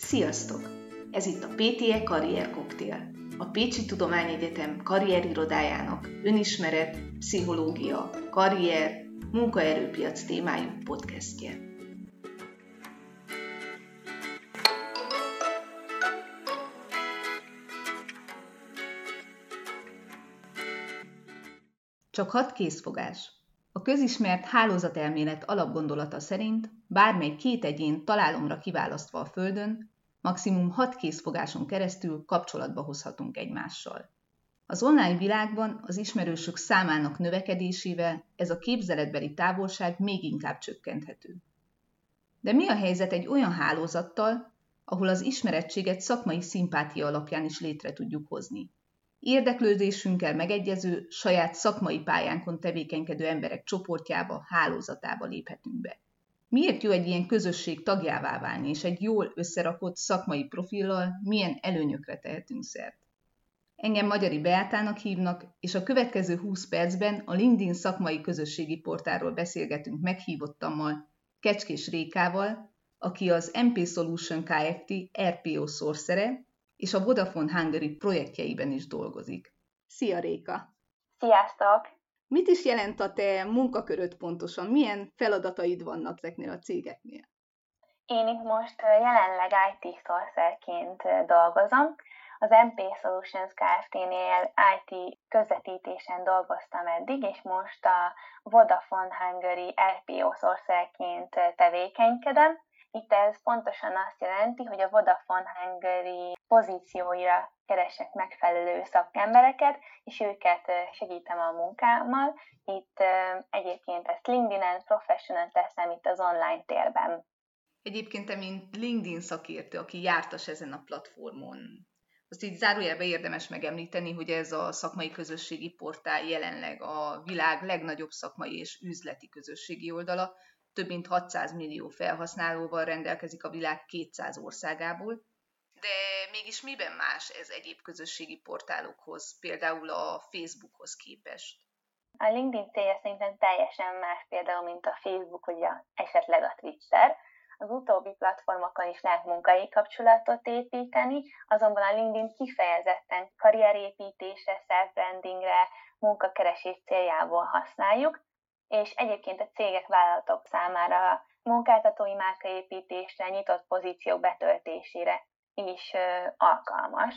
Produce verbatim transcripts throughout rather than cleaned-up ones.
Sziasztok! Ez itt a pé té e Karrier Koktél, a Pécsi Tudományegyetem karrierirodájának önismeret, pszichológia, karrier, munkaerőpiac témájú podcastje. Csak hat készfogás. A közismert hálózatelmélet alapgondolata szerint bármely két egyén találomra kiválasztva a Földön, maximum hat készfogáson keresztül kapcsolatba hozhatunk egymással. Az online világban az ismerősök számának növekedésével ez a képzeletbeli távolság még inkább csökkenthető. De mi a helyzet egy olyan hálózattal, ahol az ismerettséget szakmai szimpátia alapján is létre tudjuk hozni? Érdeklődésünkkel megegyező, saját szakmai pályánkon tevékenykedő emberek csoportjába, hálózatába léphetünk be. Miért jó egy ilyen közösség tagjává válni, és egy jól összerakott szakmai profillal milyen előnyökre tehetünk szert? Engem Magyari Beátának hívnak, és a következő húsz percben a LinkedIn szakmai közösségi portálról beszélgetünk meghívottammal, Kecskés Rékával, aki az em pé Solution Kft. er pé o szorszere, és a Vodafone Hungary projektjeiben is dolgozik. Szia Réka! Sziasztok! Mit is jelent a te munkaköröd pontosan? Milyen feladataid vannak ezeknél a cégeknél? Én itt most jelenleg i té szorszerként dolgozom. Az em pé Solutions Kft-nél i té közvetítésen dolgoztam eddig, és most a Vodafone Hungary er pé o szorszerként tevékenykedem. Itt ez pontosan azt jelenti, hogy a Vodafone Hungary pozícióira keresek megfelelő szakembereket, és őket segítem a munkámmal. Itt egyébként ezt LinkedIn-en, professional teszem itt az online térben. Egyébként te, mint LinkedIn szakértő, aki jártas ezen a platformon, azt így zárójelben érdemes megemlíteni, hogy ez a szakmai közösségi portál jelenleg a világ legnagyobb szakmai és üzleti közösségi oldala, több mint hatszáz millió felhasználóval rendelkezik a világ kétszáz országából, de mégis miben más ez egyéb közösségi portálokhoz, például a Facebookhoz képest? A LinkedIn célja szerintem teljesen más például, mint a Facebook, vagy a, esetleg a Twitter. Az utóbbi platformokon is lehet munkai kapcsolatot építeni, azonban a LinkedIn kifejezetten karrierépítésre, self-brandingre, munkakeresés céljából használjuk, és egyébként a cégek, vállalatok számára munkáltatói márkaépítésre, nyitott pozíciók betöltésére is alkalmas.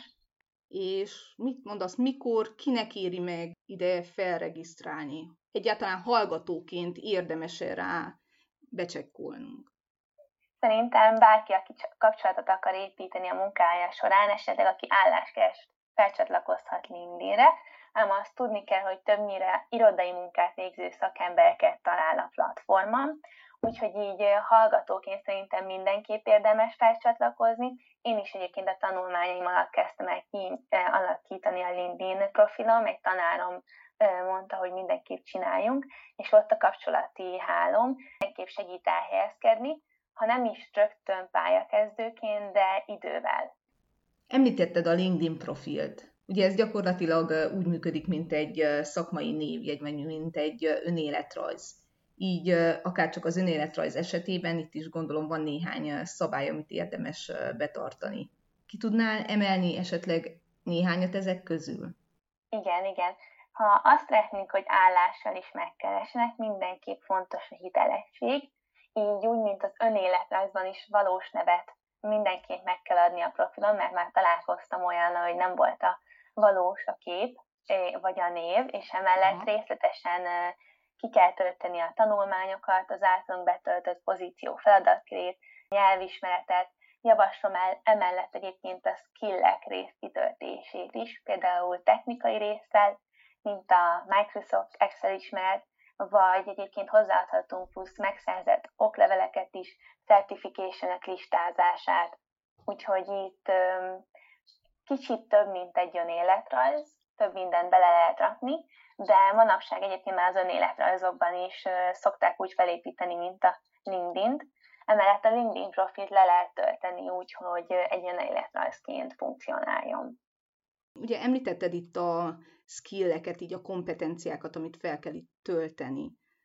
És mit mondasz, mikor, kinek éri meg ide felregisztrálni? Egyáltalán hallgatóként érdemes-e rá becsekkolnunk? Szerintem bárki, aki kapcsolatot akar építeni a munkája során, esetleg aki álláskeres, felcsatlakozhat LinkedInre, ám azt tudni kell, hogy többnyire irodai munkát végző szakembereket talál a platformon, úgyhogy így hallgatóként szerintem mindenképp érdemes felcsatlakozni. Én is egyébként a tanulmányaim alatt kezdtem el alakítani a LinkedIn profilom, egy tanárom mondta, hogy mindenképp csináljunk, és ott a kapcsolati hálóm mindenképp segít elhelyezkedni, ha nem is rögtön pályakezdőként, de idővel. Említetted a LinkedIn profilt. Ugye ez gyakorlatilag úgy működik, mint egy szakmai névjegy, vagy mint egy önéletrajz. Így akárcsak az önéletrajz esetében itt is gondolom van néhány szabály, amit érdemes betartani. Ki tudnál emelni esetleg néhányat ezek közül? Igen, igen. Ha azt szeretnénk, hogy állással is megkeresnek, mindenképp fontos a hitelesség. Így úgy, mint az önéletrajzban is valós nevet mindenképp meg kell adni a profilon, mert már találkoztam olyannal, hogy nem volt a valós a kép, vagy a név, és emellett részletesen ki kell tölteni a tanulmányokat, az általunk betöltött pozíció feladatkörét, nyelvismeretet, javaslom el emellett egyébként a skillek rész kitöltését is, például technikai résszel, mint a Microsoft Excel ismeret, vagy egyébként hozzáadhatunk plusz megszerzett okleveleket is, certification-ek listázását. Úgyhogy itt um, kicsit több, mint egy önéletrajz, több mindent bele lehet rakni, de manapság egyébként már az önéletrajzokban is uh, szokták úgy felépíteni, mint a LinkedIn-t. Emellett a LinkedIn profilt le lehet tölteni úgy, hogy egy önéletrajzként funkcionáljon. Ugye említetted itt a skilleket, így a kompetenciákat, amit fel kell itt tölteni.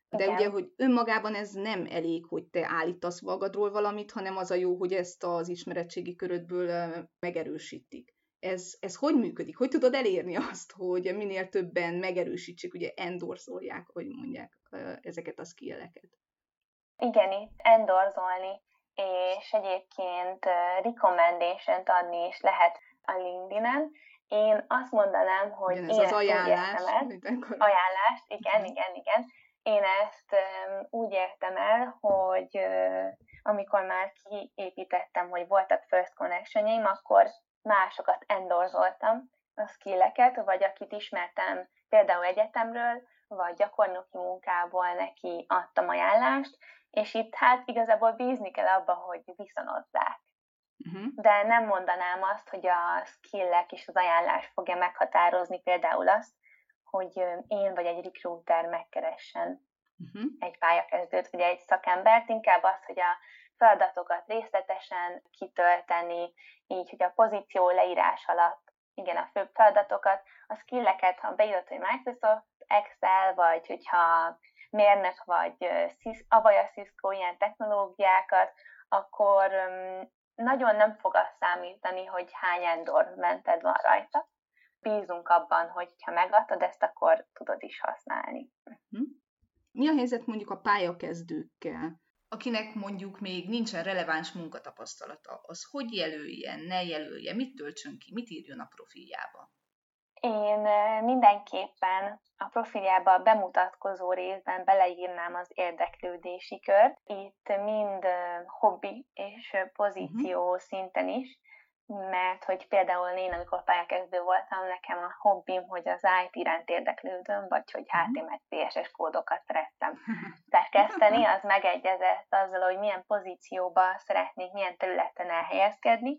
De Igen. ugye, hogy önmagában ez nem elég, hogy te állítasz magadról valamit, hanem az a jó, hogy ezt az ismeretségi körödből megerősítik. Ez, ez hogy működik? Hogy tudod elérni azt, hogy minél többen megerősítsék, ugye endorzolják, hogy mondják ezeket a skilleket? Igen, itt endorzolni, és egyébként recommendation-t adni is lehet a LinkedIn-en. Én azt mondanám, hogy Ugyanez én az ezt úgy ajánlás, értem el, amikor... ajánlást, igen, Mhm. igen, igen. Én ezt um, úgy értem el, hogy uh, amikor már kiépítettem, hogy voltak first connectionjaim, akkor másokat endorzoltam, a skilleket, vagy akit ismertem például egyetemről, vagy gyakornoki munkából neki adtam ajánlást, és itt hát igazából bízni kell abba, hogy viszonozzák. Uh-huh. De nem mondanám azt, hogy a skillek és az ajánlás fogja meghatározni például azt, hogy én vagy egy recruiter megkeressen uh-huh. egy pályakezdőt, vagy egy szakembert, inkább az, hogy a feladatokat részletesen kitölteni, így, hogy a pozíció leírás alatt, igen, a főbb feladatokat, a skilleket, ha beírod, hogy Microsoft, Excel, vagy hogyha mérnök vagy Avaya Cisco ilyen technológiákat, akkor nagyon nem fog azt számítani, hogy hány endorsemented van rajta. Bízunk abban, hogy ha megadtad ezt, akkor tudod is használni. Mi a helyzet mondjuk a pályakezdőkkel? Akinek mondjuk még nincsen releváns munkatapasztalata, az hogy jelöljen, ne jelölje, mit töltsön ki, mit írjon a profiljába? Én mindenképpen a profiljába a bemutatkozó részben beleírnám az érdeklődési kört. Itt mind hobbi és pozíció uh-huh. szinten is, mert hogy például én, amikor pályakezdő voltam, nekem a hobbim, hogy az i té iránt érdeklődöm, vagy hogy há té em el, cé es es kódokat szerettem szerkeszteni, az megegyezett azzal, hogy milyen pozícióba szeretnék, milyen területen elhelyezkedni,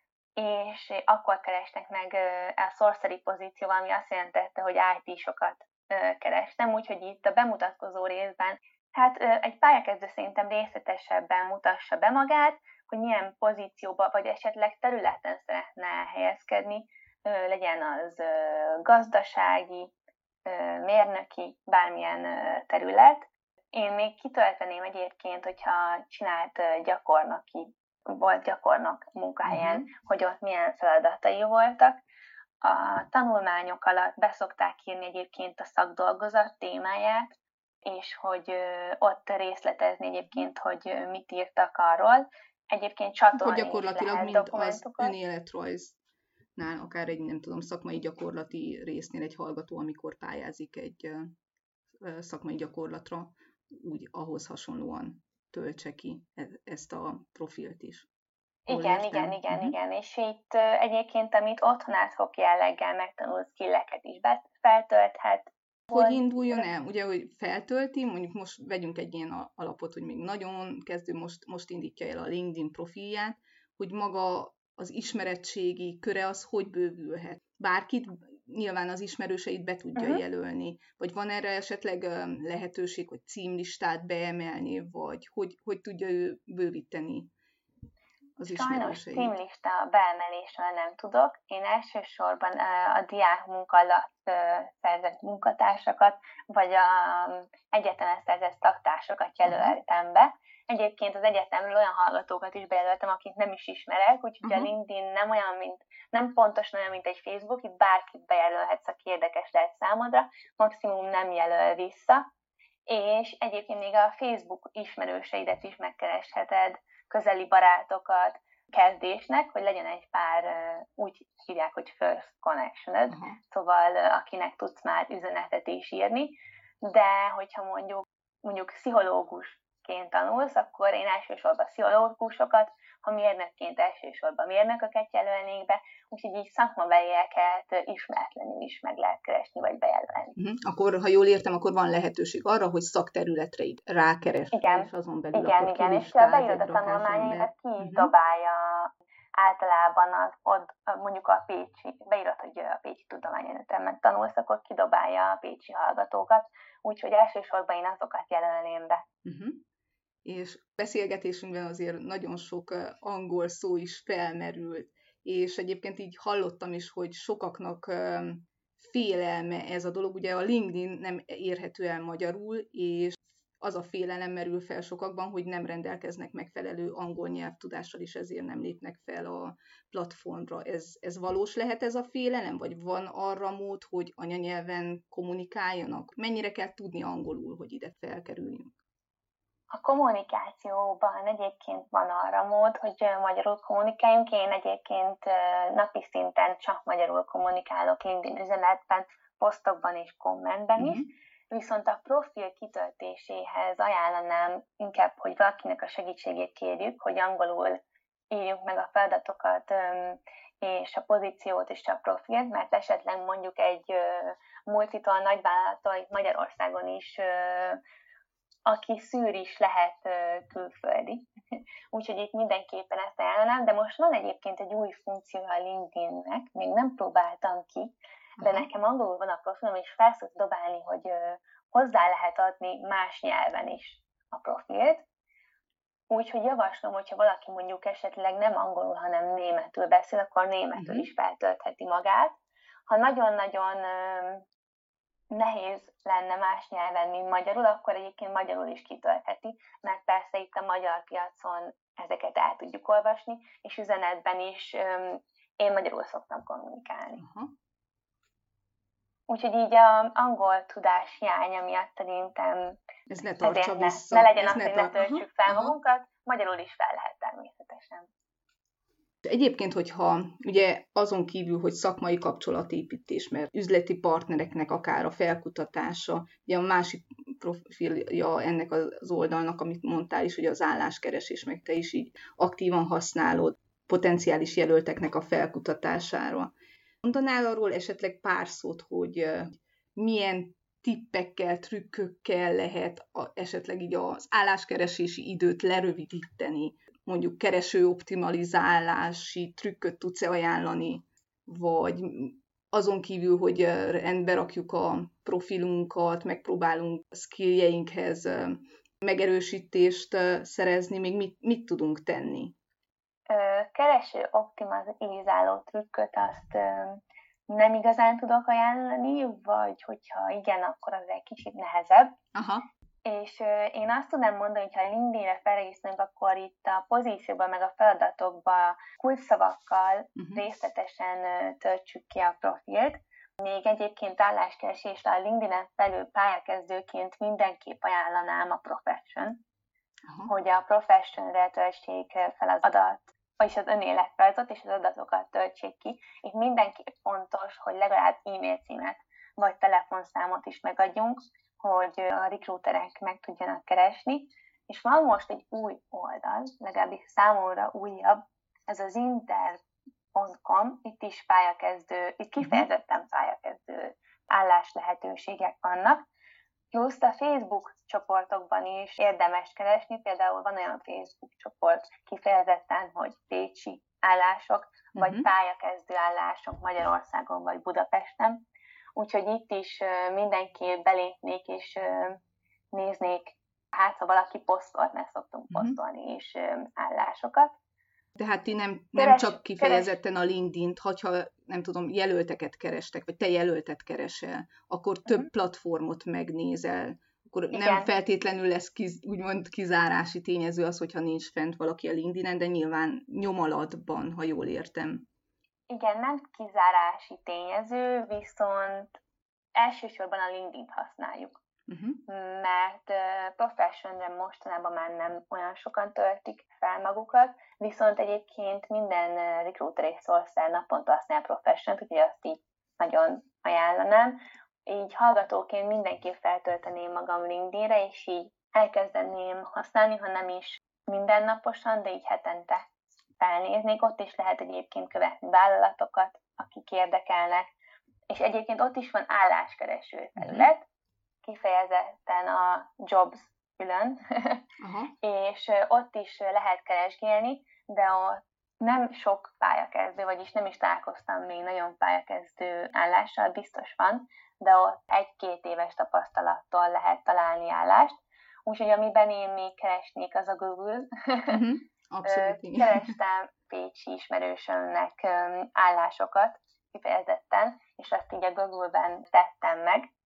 és akkor kerestek meg a sorcery pozícióval, ami azt jelentette, hogy i té-sokat kerestem, úgyhogy itt a bemutatkozó részben, hát egy pályakezdő szerintem részletesebben mutassa be magát, hogy milyen pozícióba, vagy esetleg területen szeretne elhelyezkedni, legyen az gazdasági, mérnöki, bármilyen terület. Én még kitölteném egyébként, hogyha csinált gyakornoki, volt gyakornok munkahelyen, uh-huh. hogy ott milyen feladatai voltak. A tanulmányok alatt beszokták írni egyébként a szakdolgozat témáját, és hogy ott részletezni egyébként, hogy mit írtak arról. Egyébként csatolni hogy gyakorlatilag is lehet mind dokumentumokat. Az önéletrajznál, akár egy, nem tudom, szakmai gyakorlati résznél egy hallgató, amikor pályázik egy szakmai gyakorlatra, úgy ahhoz hasonlóan töltse ki ezt a profilt is. Igen, igen, igen, uh-huh. igen. És itt egyébként, amit otthon ad-hoc jelleggel megtanult skilleket is feltölthet. Hogy induljon el? Ugye, hogy feltölti, mondjuk most vegyünk egy ilyen alapot, hogy még nagyon kezdő, most, most indítja el a LinkedIn profilját, hogy maga az ismeretségi köre az hogy bővülhet. Bárkit, nyilván az ismerőseit be tudja uh-huh. jelölni, vagy van erre esetleg lehetőség, hogy címlistát beemelni, vagy hogy, hogy tudja ő bővíteni az ismerőseit? Sajnos címlista beemelésről nem tudok. Én elsősorban a diák munka alatt szerzett munkatársakat, vagy a egyetemen szerzett szaktársakat jelöltem be. Egyébként az egyetemről olyan hallgatókat is bejelöltem, akit nem is ismerek, úgyhogy uh-huh. a LinkedIn nem olyan, mint, nem pontosan olyan, mint egy Facebook, itt bárkit bejelölhetsz, aki érdekes lehet számodra, maximum nem jelöl vissza. És egyébként még a Facebook ismerőseidet is megkeresheted, közeli barátokat kezdésnek, hogy legyen egy pár, úgy hívják, hogy first connectioned, uh-huh. szóval akinek tudsz már üzenetet is írni, de hogyha mondjuk, mondjuk pszichológusként tanulsz, akkor én elsősorban pszichológusokat, ha mérnökként elsősorban mérnököket jelölnék be, úgyhogy így szakmabelieket ismeretlenül is meg lehet keresni, vagy bejelölni. Uh-huh. Akkor, ha jól értem, akkor van lehetőség arra, hogy szakterületre rákeres, igen. és azon belül igen, akkor igen, és ha beírod a tanulmányaidat, ki uh-huh. dobálja általában az, od, mondjuk a Pécsi, beírod, hogy a Pécsi Tudományegyetemen tanulsz, akkor kidobálja a pécsi hallgatókat, úgyhogy elsősorban én azokat jelölném be. Uh-huh. És beszélgetésünkben azért nagyon sok angol szó is felmerült, és egyébként így hallottam is, hogy sokaknak félelme ez a dolog, ugye a LinkedIn nem érhető el magyarul, és az a félelem merül fel sokakban, hogy nem rendelkeznek megfelelő angol nyelvtudással, és ezért nem lépnek fel a platformra. Ez, ez valós lehet ez a félelem? Vagy van arra mód, hogy anyanyelven kommunikáljanak? Mennyire kell tudni angolul, hogy ide felkerüljünk? A kommunikációban egyébként van arra mód, hogy magyarul kommunikáljunk. Én egyébként napi szinten csak magyarul kommunikálok LinkedIn üzenetben, posztokban és kommentben is. Mm-hmm. Viszont a profil kitöltéséhez ajánlanám inkább, hogy valakinek a segítségét kérjük, hogy angolul írjuk meg a feladatokat és a pozíciót és a profilt, mert esetleg mondjuk egy multitól nagyvállalattól itt Magyarországon is, aki szűr is lehet külföldi. Úgyhogy itt mindenképpen ezt ajánlanám, de most van egyébként egy új funkció a LinkedInnek, még nem próbáltam ki, de nekem angolul van a profilom, és fel szokott dobálni, hogy hozzá lehet adni más nyelven is a profilt. Úgyhogy javaslom, hogyha valaki mondjuk esetleg nem angolul, hanem németül beszél, akkor németül uh-huh. is feltöltheti magát. Ha nagyon-nagyon nehéz lenne más nyelven, mint magyarul, akkor egyébként magyarul is kitöltheti, mert persze itt a magyar piacon ezeket el tudjuk olvasni, és üzenetben is én magyarul szoktam kommunikálni. Uh-huh. Úgyhogy így az angol tudás hiánya miatt szerintem ez ne tartsa ne, vissza. ne legyen ez az, ne hogy tar- ne töltsük fel aha, magunkat, aha. Magyarul is fel lehet természetesen. Egyébként, hogyha ugye azon kívül, hogy szakmai kapcsolatépítés, mert üzleti partnereknek akár a felkutatása, ugye a másik profilja ennek az oldalnak, amit mondtál is, hogy az álláskeresés, meg te is így aktívan használod potenciális jelölteknek a felkutatására. Mondanál arról esetleg pár szót, hogy milyen tippekkel, trükkökkel lehet a, esetleg így az álláskeresési időt lerövidíteni, mondjuk keresőoptimalizálási trükköt tudsz-e ajánlani, vagy azon kívül, hogy rendbe rakjuk a profilunkat, megpróbálunk skilljeinkhez megerősítést szerezni, még mit, mit tudunk tenni? Kereső optimalizáló trükköt azt nem igazán tudok ajánlani, vagy hogyha igen, akkor az egy kicsit nehezebb. Aha. És én azt tudom mondani, hogy ha LinkedIn-re felrészünk, akkor itt a pozícióban, meg a feladatokban kulcsszavakkal uh-huh. részletesen töltsük ki a profilt. Még egyébként álláskeresésre a LinkedIn-en belül pályakezdőként mindenképp ajánlanám a profession, uh-huh. hogy a professionre töltsék fel az adat, vagyis az önéletrajzot és az adatokat töltsék ki. Itt mindenképp fontos, hogy legalább e-mail címet vagy telefonszámot is megadjunk, hogy a recruiterek meg tudjanak keresni. És van most egy új oldal, legalábbis számomra újabb, ez az inter pont com, itt is pályakezdő, itt kifejezetten pályakezdő állás lehetőségek vannak. Plusz a Facebook csoportokban is érdemes keresni, például van olyan Facebook csoport kifejezetten, hogy pécsi állások, uh-huh. vagy pályakezdő állások Magyarországon vagy Budapesten. Úgyhogy itt is mindenképp belépnék és néznék, hát ha valaki posztolt, mert szoktunk uh-huh. posztolni is állásokat. Tehát ti nem, nem keres, csak kifejezetten keres. A LinkedIn-t, hogyha nem tudom, jelölteket kerestek, vagy te jelöltet keresel, akkor több uh-huh. platformot megnézel, akkor igen. nem feltétlenül lesz kiz, úgymond kizárási tényező az, hogyha nincs fent valaki a LinkedIn-en, de nyilván nyomalatban, ha jól értem. Igen, nem kizárási tényező, viszont elsősorban a LinkedIn-t használjuk. Uh-huh. Mert uh, professionre mostanában már nem olyan sokan töltik fel magukat, viszont egyébként minden uh, recruiter és sourcer naponta használ professionalt, úgyhogy azt így nagyon ajánlanám. Így hallgatóként mindenképp feltölteném magam LinkedInre, és így elkezdeném használni, ha nem is mindennaposan, de így hetente felnéznék. Ott is lehet egyébként követni vállalatokat, akik érdekelnek, és egyébként ott is van álláskereső felület, uh-huh. kifejezetten a jobs külön, uh-huh. és ott is lehet keresgélni, de ott nem sok pályakezdő, vagyis nem is találkoztam még nagyon pályakezdő állással, biztos van, de ott egy-két éves tapasztalattól lehet találni állást, úgyhogy amiben én még keresnék, az a Google. Uh-huh. Abszolút, kerestem pécsi ismerősömnek állásokat kifejezetten, és azt így a Google-ben tettem meg.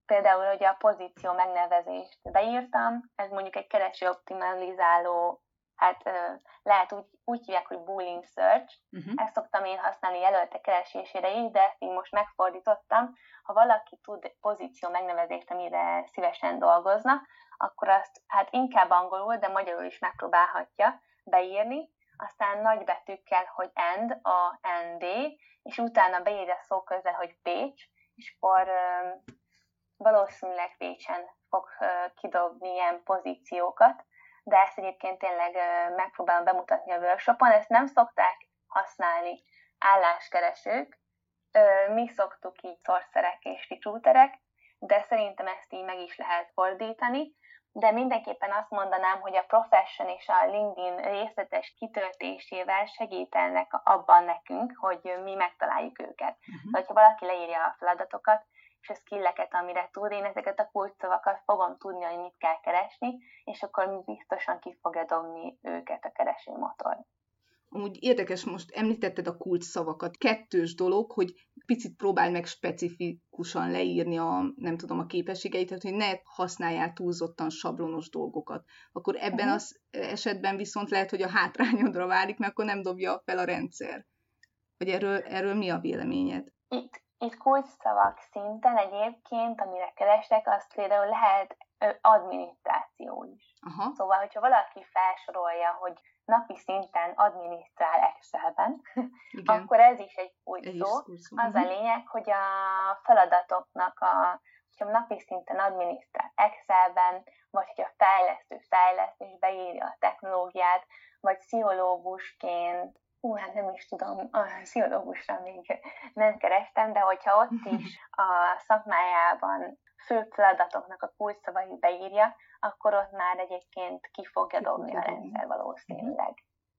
Például, hogy a pozíció megnevezést beírtam, ez mondjuk egy kereső optimalizáló, hát lehet úgy, úgy hívják, hogy Boolean Search. Uh-huh. Ezt szoktam én használni jelöltek keresésére is, de ezt így most megfordítottam. Ha valaki tud pozíció megnevezést, amire szívesen dolgozna, akkor azt hát inkább angolul, de magyarul is megpróbálhatja beírni, aztán nagy betűkkel, hogy and, a nd, és utána beírja szó közben, hogy Pécs, és akkor uh, valószínűleg Pécsen fog uh, kidobni ilyen pozíciókat, de ezt egyébként tényleg uh, megpróbálom bemutatni a workshopon. Ezt nem szokták használni álláskeresők, uh, mi szoktuk így szorszerek és recruiterek, de szerintem ezt így meg is lehet fordítani. De mindenképpen azt mondanám, hogy a Profession és a LinkedIn részletes kitöltésével segítenek abban nekünk, hogy mi megtaláljuk őket. Uh-huh. Tehát, ha valaki leírja a feladatokat és a skilleket, amire tud, én ezeket a kulcsszavakat fogom tudni, hogy mit kell keresni, és akkor biztosan ki fogja dobni őket a keresőmotor. Amúgy érdekes, most említetted a kulcsszavakat. Kettős dolog, hogy picit próbálj meg specifikusan leírni a, nem tudom, a képességeitet, hogy ne használjál túlzottan sablonos dolgokat. Akkor ebben uh-huh. az esetben viszont lehet, hogy a hátrányodra válik, mert akkor nem dobja fel a rendszer. Vagy erről, erről mi a véleményed? Itt, itt kulcsszavak szinten egyébként, amire kerestek, azt például lehet adminisztráció is. Aha. Szóval, hogyha valaki felsorolja, hogy napi szinten adminisztrál Excelben, igen. akkor ez is egy kulcs szó. Az a lényeg, hogy a feladatoknak, a, hogyha napi szinten adminisztrál Excelben, vagy hogyha fejlesztő fejleszt és beírja a technológiát, vagy pszichológusként, hú, hát nem is tudom, a pszichológusra még nem kerestem, de hogyha ott is a szakmájában fő feladatoknak a kulcsszavait beírja, akkor ott már egyébként ki fogja dobni a rendszer valószínűleg.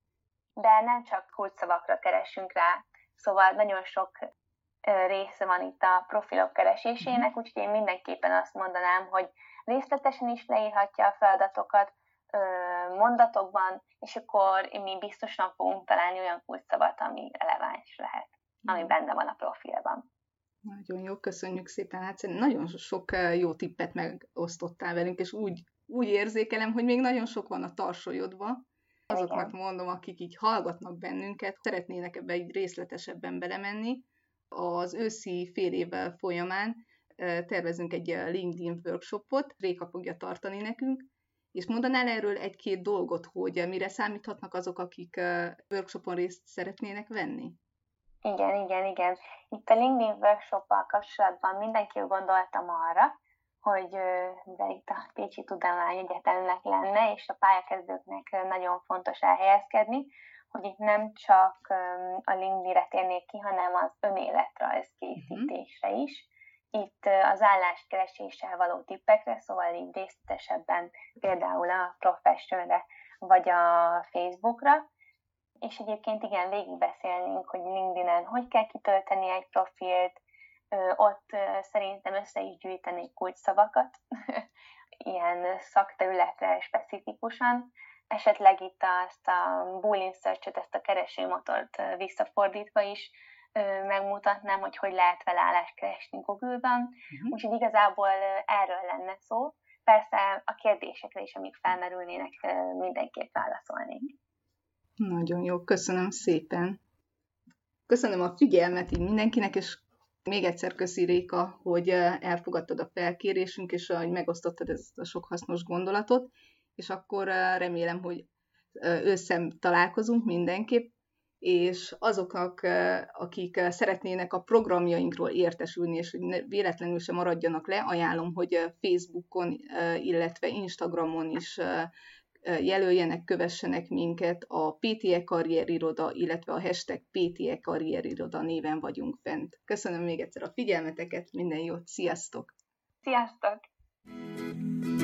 De nem csak kulcsszavakra keresünk rá, szóval nagyon sok része van itt a profilok keresésének, úgyhogy én mindenképpen azt mondanám, hogy részletesen is leírhatja a feladatokat mondatokban, és akkor mi biztosan fogunk találni olyan kulcsszavat, ami releváns lehet, ami benne van a profilban. Nagyon jó, köszönjük szépen. Hát nagyon sok jó tippet megosztottál velünk, és úgy, úgy érzékelem, hogy még nagyon sok van a tarsolyodban. Azoknak mondom, akik így hallgatnak bennünket, szeretnének ebbe így részletesebben belemenni. Az őszi fél év folyamán tervezünk egy LinkedIn workshopot, Réka fogja tartani nekünk, és mondanál erről egy-két dolgot, hogy mire számíthatnak azok, akik workshopon részt szeretnének venni? Igen, igen, igen. Itt a LinkedIn workshoppal kapcsolatban mindenképp gondoltam arra, hogy mivel itt a Pécsi Tudományegyetemnek lenne, és a pályakezdőknek nagyon fontos elhelyezkedni, hogy itt nem csak a LinkedIn-re térnék ki, hanem az önéletrajz készítésre is. Itt az álláskereséssel való tippekre, szóval így részletesebben például a Professionre vagy a Facebookra, és egyébként igen, végigbeszélnénk, hogy LinkedIn-en hogy kell kitölteni egy profilt, ott szerintem össze is gyűjtenék kulcsszavakat, ilyen szakterületre specifikusan, esetleg itt azt a Boolean Search-öt, ezt a keresőmotort visszafordítva is megmutatnám, hogy hogy lehet vele állást keresni Google-ban, uh-huh. úgyhogy igazából erről lenne szó. Persze a kérdésekre is, amik felmerülnének, mindenképp válaszolnék. Nagyon jó, köszönöm szépen. Köszönöm a figyelmet így mindenkinek, és még egyszer köszi Réka, hogy elfogadtad a felkérésünk, és hogy megosztottad ezt a sok hasznos gondolatot, és akkor remélem, hogy ősszel találkozunk mindenképp, és azoknak, akik szeretnének a programjainkról értesülni, és hogy véletlenül sem maradjanak le, ajánlom, hogy Facebookon, illetve Instagramon is jelöljenek, kövessenek minket, a pé té é karrieriroda, illetve a hashtag pé té é karrieriroda néven vagyunk fent. Köszönöm még egyszer a figyelmeteket, minden jót, sziasztok! Sziasztok!